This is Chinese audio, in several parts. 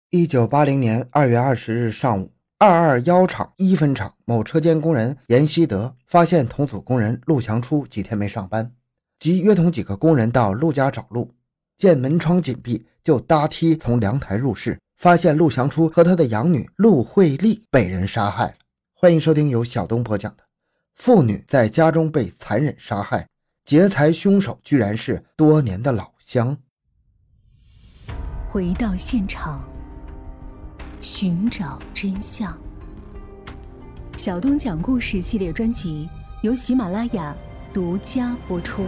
1980年2月20日上午，221厂1分厂某车间工人严希德发现同组工人陆祥初几天没上班，即约同几个工人到陆家找陆，见门窗紧闭，就搭梯从阳台入室，发现陆祥初和他的养女陆慧丽被人杀害了。欢迎收听由小东播讲的妇女在家中被残忍杀害，劫财凶手居然是多年的老乡。 回到现场，寻找真相。小东讲故事系列专辑由喜马拉雅独家播出。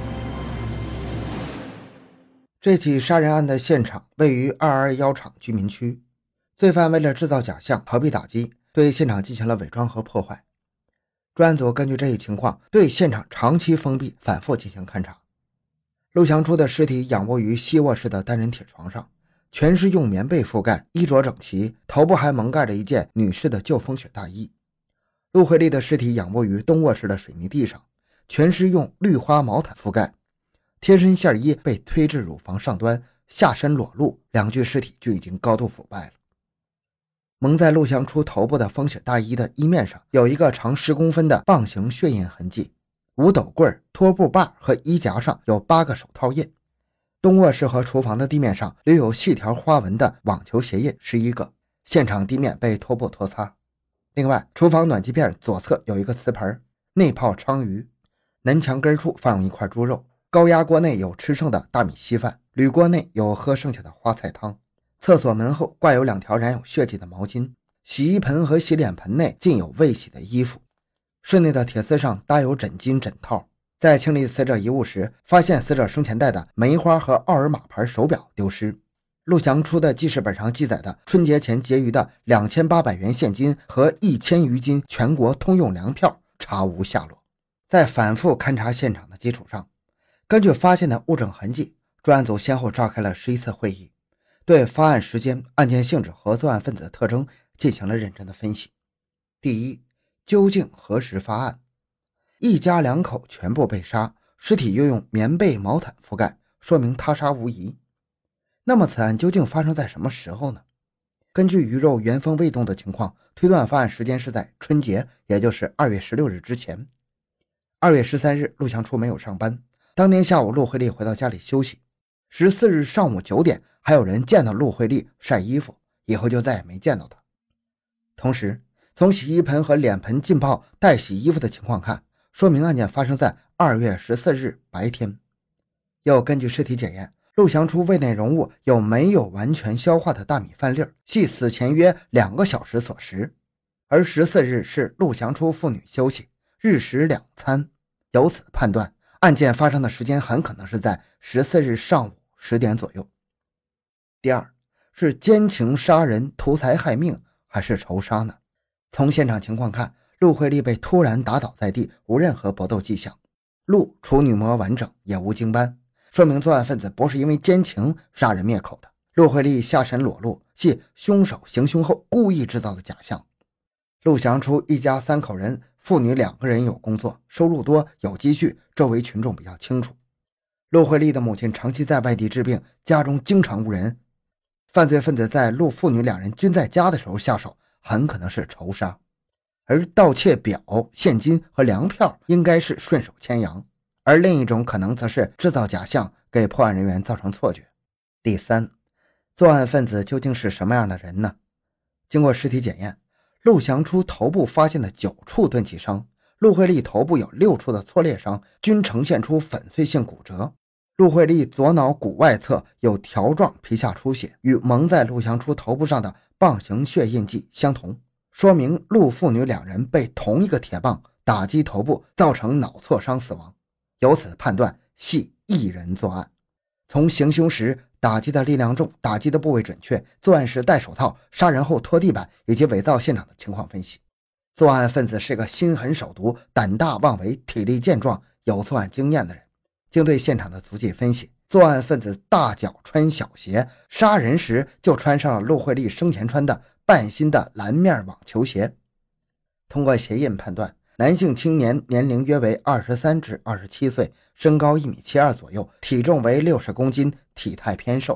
这起杀人案的现场位于221厂居民区，罪犯为了制造假象逃避打击，对现场进行了伪装和破坏。专案组根据这一情况，对现场长期封闭，反复进行勘查。陆祥初的尸体仰卧于西卧室的单人铁床上，全是用棉被覆盖，衣着整齐，头部还蒙盖着一件女士的旧风雪大衣。陆慧丽的尸体仰卧于东卧室的水泥地上，全是用绿花毛毯覆盖，贴身线衣被推至乳房上端，下身裸露，两具尸体就已经高度腐败了。蒙在陆祥初头部的风雪大衣的衣面上有一个长10公分的棒形血印痕迹，五斗柜、拖布把和衣夹上有8个手套印，东卧室和厨房的地面上留有细条花纹的网球鞋印11个，现场地面被拖布拖擦。另外，厨房暖气片左侧有一个瓷盆，内泡鲳鱼，南墙根处放有一块猪肉，高压锅内有吃剩的大米稀饭，铝锅内有喝剩下的花菜汤。厕所门后挂有2条染有血迹的毛巾，洗衣盆和洗脸盆内尽有未洗的衣服，室内的铁丝上搭有枕巾枕套。在清理死者遗物时，发现死者生前戴的梅花和奥尔玛牌手表丢失。陆祥初的记事本上记载的春节前结余的2800元现金和1000余斤全国通用粮票查无下落。在反复勘察现场的基础上，根据发现的物证痕迹，专案组先后召开了11次会议，对发案时间、案件性质和作案分子的特征进行了认真的分析。第一，究竟何时发案？一家2口全部被杀，尸体又用棉被毛毯覆盖，说明他杀无疑。那么此案究竟发生在什么时候呢？根据鱼肉原封未动的情况，推断发案时间是在春节，也就是2月16日之前。2月13日陆祥初没有上班，当天下午陆慧丽回到家里休息。14日上午9点还有人见到陆慧丽晒衣服，以后就再也没见到她。同时，从洗衣盆和脸盆浸泡待洗衣服的情况看，说明案件发生在2月14日白天。又根据尸体检验，陆祥初胃内容物有没有完全消化的大米饭粒，系死前约2个小时所食，而14日是陆祥初妇女休息，日食2餐，由此判断案件发生的时间很可能是在14日上午10点左右。第二，是奸情杀人图财害命还是仇杀呢？从现场情况看，陆慧丽被突然打倒在地，无任何搏斗迹象，陆处女膜完整，也无经斑，说明作案分子不是因为奸情杀人灭口的。陆慧丽下身裸露，系凶手行凶后故意制造的假象。陆祥初一家3口人，父女2个人有工作，收入多，有积蓄，周围群众比较清楚。陆慧丽的母亲长期在外地治病，家中经常无人，犯罪分子在陆父女2人均在家的时候下手，很可能是仇杀。而盗窃表、现金和粮票应该是顺手牵羊，而另一种可能则是制造假象，给破案人员造成错觉。第三，作案分子究竟是什么样的人呢？经过尸体检验，陆祥初头部发现的9处钝器伤，陆慧丽头部有6处的挫裂伤，均呈现出粉碎性骨折。陆慧丽左脑骨外侧有条状皮下出血，与蒙在陆祥初头部上的棒形血印记相同，说明陆父女2人被同一个铁棒打击头部，造成脑挫伤死亡，由此判断系一人作案。从行凶时打击的力量重、打击的部位准确、作案时戴手套、杀人后拖地板以及伪造现场的情况分析，作案分子是个心狠手毒、胆大妄为、体力健壮、有作案经验的人。经对现场的足迹分析，作案分子大脚穿小鞋，杀人时就穿上了陆慧丽生前穿的半新的蓝面网球鞋。通过鞋印判断，男性青年，年龄约为23至27岁，身高1.72米左右，体重为60公斤，体态偏瘦。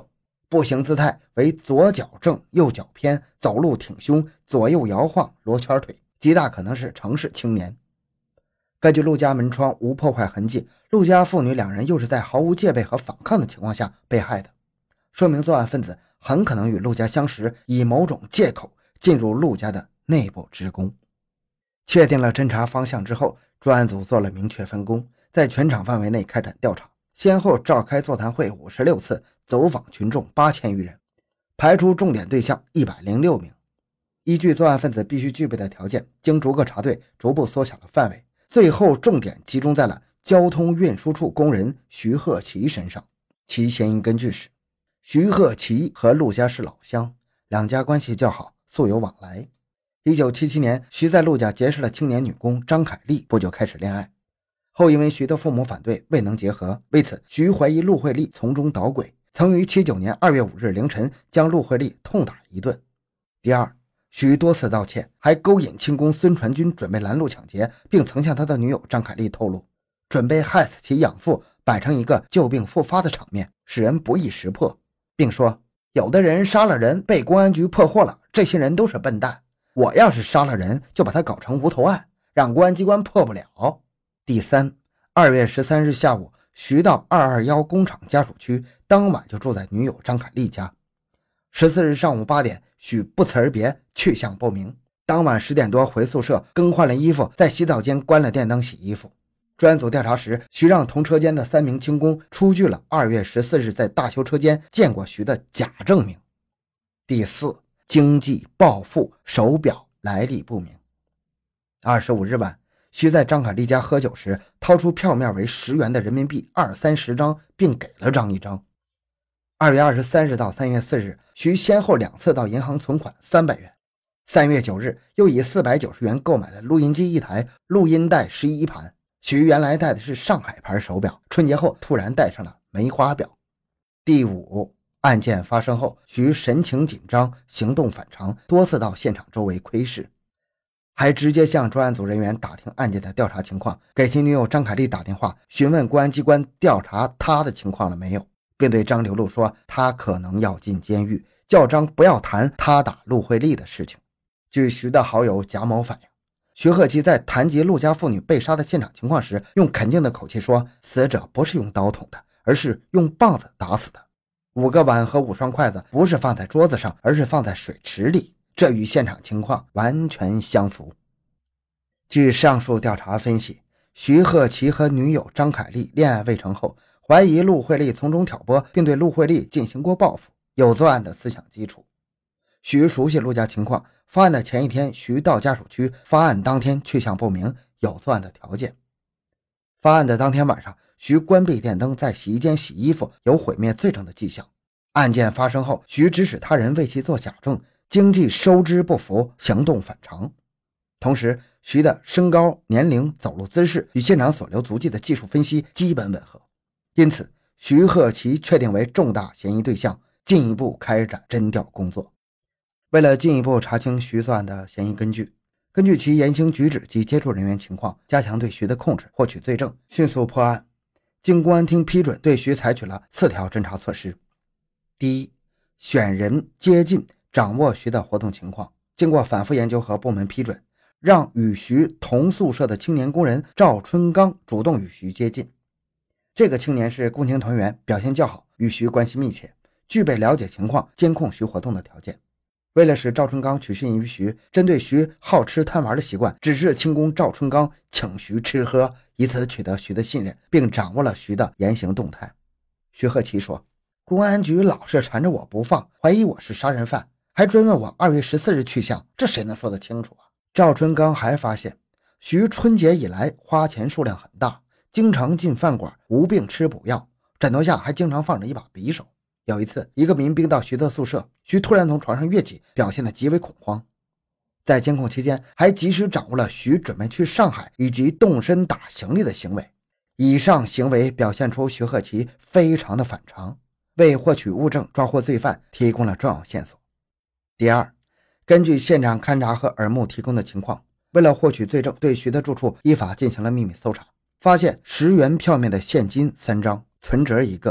步行姿态为左脚正右脚偏，走路挺胸，左右摇晃，罗圈腿，极大可能是城市青年。根据陆家门窗无破坏痕迹，陆家父女两人又是在毫无戒备和反抗的情况下被害的，说明作案分子很可能与陆家相识，以某种借口进入陆家的内部职工。确定了侦查方向之后，专案组做了明确分工，在全场范围内开展调查，先后召开座谈会56次，走访群众8000余人，排除重点对象106名。依据作案分子必须具备的条件，经逐个查对，逐步缩小了范围，最后重点集中在了交通运输处工人徐鹤奇身上。其嫌疑根据是徐鹤奇和陆家是老乡，两家关系较好，素有往来。1977年，徐在陆家结识了青年女工张凯丽，不久开始恋爱。后因为徐的父母反对，未能结合，为此徐怀疑陆慧丽从中捣鬼，曾于79年2月5日凌晨将陆慧丽痛打一顿。第二，徐多次盗窃，还勾引亲公孙传军准备拦路抢劫，并曾向他的女友张凯丽透露，准备害死其养父，摆成一个旧病复发的场面，使人不易识破，并说有的人杀了人被公安局破获了，这些人都是笨蛋，我要是杀了人就把他搞成无头案，让公安机关破不了。第三，2月13日下午，徐到221工厂家属区，当晚就住在女友张凯丽家。14日上午8点，许不辞而别，去向不明。当晚10点多回宿舍更换了衣服，在洗澡间关了电灯洗衣服。专案组调查时，徐让同车间的3名清工出具了2月14日在大修车间见过徐的假证明。第四，经济暴富，手表来历不明。25日晚，徐在张凯丽家喝酒时，掏出票面为10元的人民币20-30张，并给了张一张。2月23日到3月4日，徐先后2次到银行存款300元。3月9日，又以490元购买了录音机1台，录音带11盘。徐原来戴的是上海牌手表，春节后突然戴上了梅花表。第五，案件发生后，徐神情紧张，行动反常，多次到现场周围窥视，还直接向专案组人员打听案件的调查情况，给其女友张凯丽打电话询问公安机关调查他的情况了没有，并对张流露说他可能要进监狱，叫张不要谈他打陆慧丽的事情。据徐的好友贾某反映，徐鹤奇在谈及陆家妇女被杀的现场情况时，用肯定的口气说，死者不是用刀捅的，而是用棒子打死的。5个碗和5双筷子不是放在桌子上，而是放在水池里，这与现场情况完全相符。据上述调查分析，徐鹤奇和女友张凯丽恋爱未成后，怀疑陆慧丽从中挑拨，并对陆慧丽进行过报复，有作案的思想基础。徐熟悉陆家情况，发案的前一天徐到家属区，发案当天去向不明，有作案的条件。发案的当天晚上，徐关闭电灯，在洗衣间洗衣服，有毁灭罪证的迹象。案件发生后，徐指使他人为其做假证，经济收支不符，行动反常。同时，徐的身高、年龄、走路姿势与现场所留足迹的技术分析基本吻合，因此徐鹤奇确定为重大嫌疑对象，进一步开展侦调工作。为了进一步查清徐作案的嫌疑根据，根据其言行举止及接触人员情况，加强对徐的控制，获取罪证，迅速破案。经公安厅批准，对徐采取了4条侦查措施。第一，选人接近，掌握徐的活动情况。经过反复研究和部门批准，让与徐同宿舍的青年工人赵春刚主动与徐接近。这个青年是共青团员，表现较好，与徐关系密切，具备了解情况、监控徐活动的条件。为了使赵春刚取信于徐，针对徐好吃贪玩的习惯，指示轻工赵春刚请徐吃喝，以此取得徐的信任，并掌握了徐的言行动态。徐鹤奇说，公安局老是缠着我不放，怀疑我是杀人犯，还追问我2月14日去向，这谁能说得清楚啊？赵春刚还发现，徐春节以来花钱数量很大，经常进饭馆，无病吃补药，枕头下还经常放着一把匕首。有一次，一个民兵到徐的宿舍，徐突然从床上跃起，表现得极为恐慌。在监控期间，还及时掌握了徐准备去上海以及动身打行李的行为。以上行为表现出徐鹤奇非常的反常，为获取物证、抓获罪犯提供了重要线索。第二，根据现场勘查和耳目提供的情况，为了获取罪证，对徐的住处依法进行了秘密搜查，发现10元票面的现金3张，存折1个，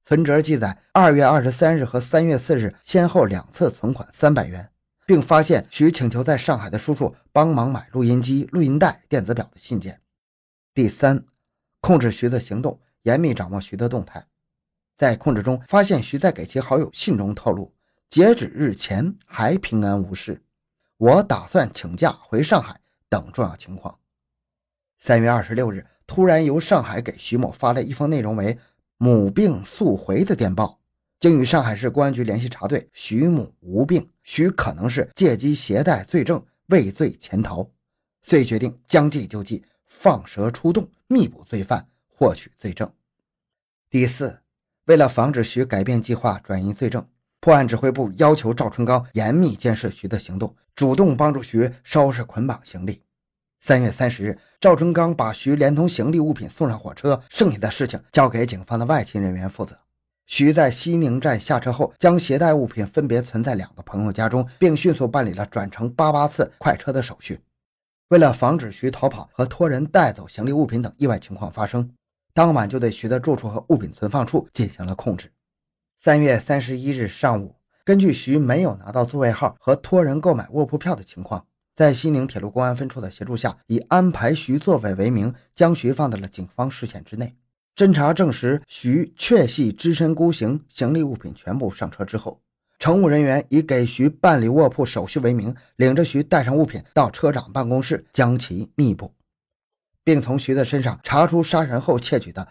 存折记载2月23日和3月4日先后2次存款300元，并发现徐请求在上海的叔叔帮忙买录音机、录音带、电子表的信件。第三，控制徐的行动，严密掌握徐的动态。在控制中发现徐在给其好友信中透露，截止日前还平安无事，我打算请假回上海等重要情况。3月26日突然由上海给徐某发了一封内容为母病速回的电报，经与上海市公安局联系查对，徐母无病，徐可能是借机携带罪证畏罪潜逃，遂决定将计就计，放蛇出洞，密捕罪犯，获取罪证。第四，为了防止徐改变计划转移罪证，破案指挥部要求赵春刚严密监视徐的行动，主动帮助徐收拾捆绑行李。3月30日，赵春刚把徐连同行李物品送上火车，剩下的事情交给警方的外勤人员负责。徐在西宁站下车后，将携带物品分别存在2个朋友家中，并迅速办理了转乘88次快车的手续。为了防止徐逃跑和托人带走行李物品等意外情况发生，当晚就对徐的住处和物品存放处进行了控制。3月31日上午，根据徐没有拿到座位号和托人购买卧铺票的情况，在西宁铁路公安分处的协助下，以安排徐座位为名，将徐放到了警方视线之内。侦查证实徐确系只身孤行，行李物品全部上车之后，乘务人员以给徐办理卧铺手续为名，领着徐带上物品到车长办公室将其密捕，并从徐的身上查出杀人后窃取的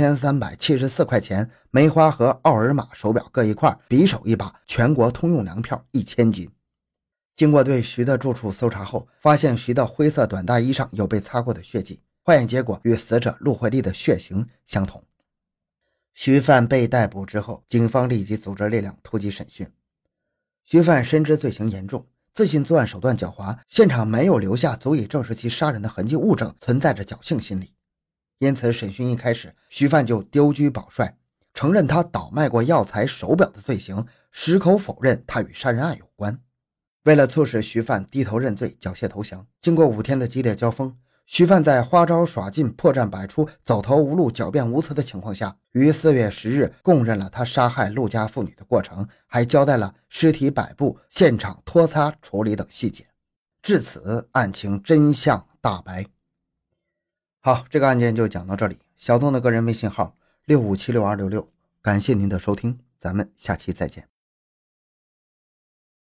2374块钱、梅花和奥尔玛手表各一块、匕首一把、全国通用粮票1000斤。经过对徐的住处搜查后，发现徐的灰色短大衣上有被擦过的血迹，化验结果与死者陆慧丽的血型相同。徐范被逮捕之后，警方立即组织力量突击审讯。徐范深知罪行严重，自信作案手段狡猾，现场没有留下足以证实其杀人的痕迹物证，存在着侥幸心理。因此审讯一开始，徐范就丢车保帅，承认他倒卖过药材、手表的罪行，矢口否认他与杀人案有关。为了促使徐范低头认罪、缴械投降，经过5天的激烈交锋，徐范在花招耍尽、破绽百出、走投无路、狡辩无辞的情况下，于4月10日供认了他杀害陆家妇女的过程，还交代了尸体摆布、现场拖擦处理等细节。至此，案情真相大白。好，这个案件就讲到这里。小东的个人微信号65762266，感谢您的收听，咱们下期再见。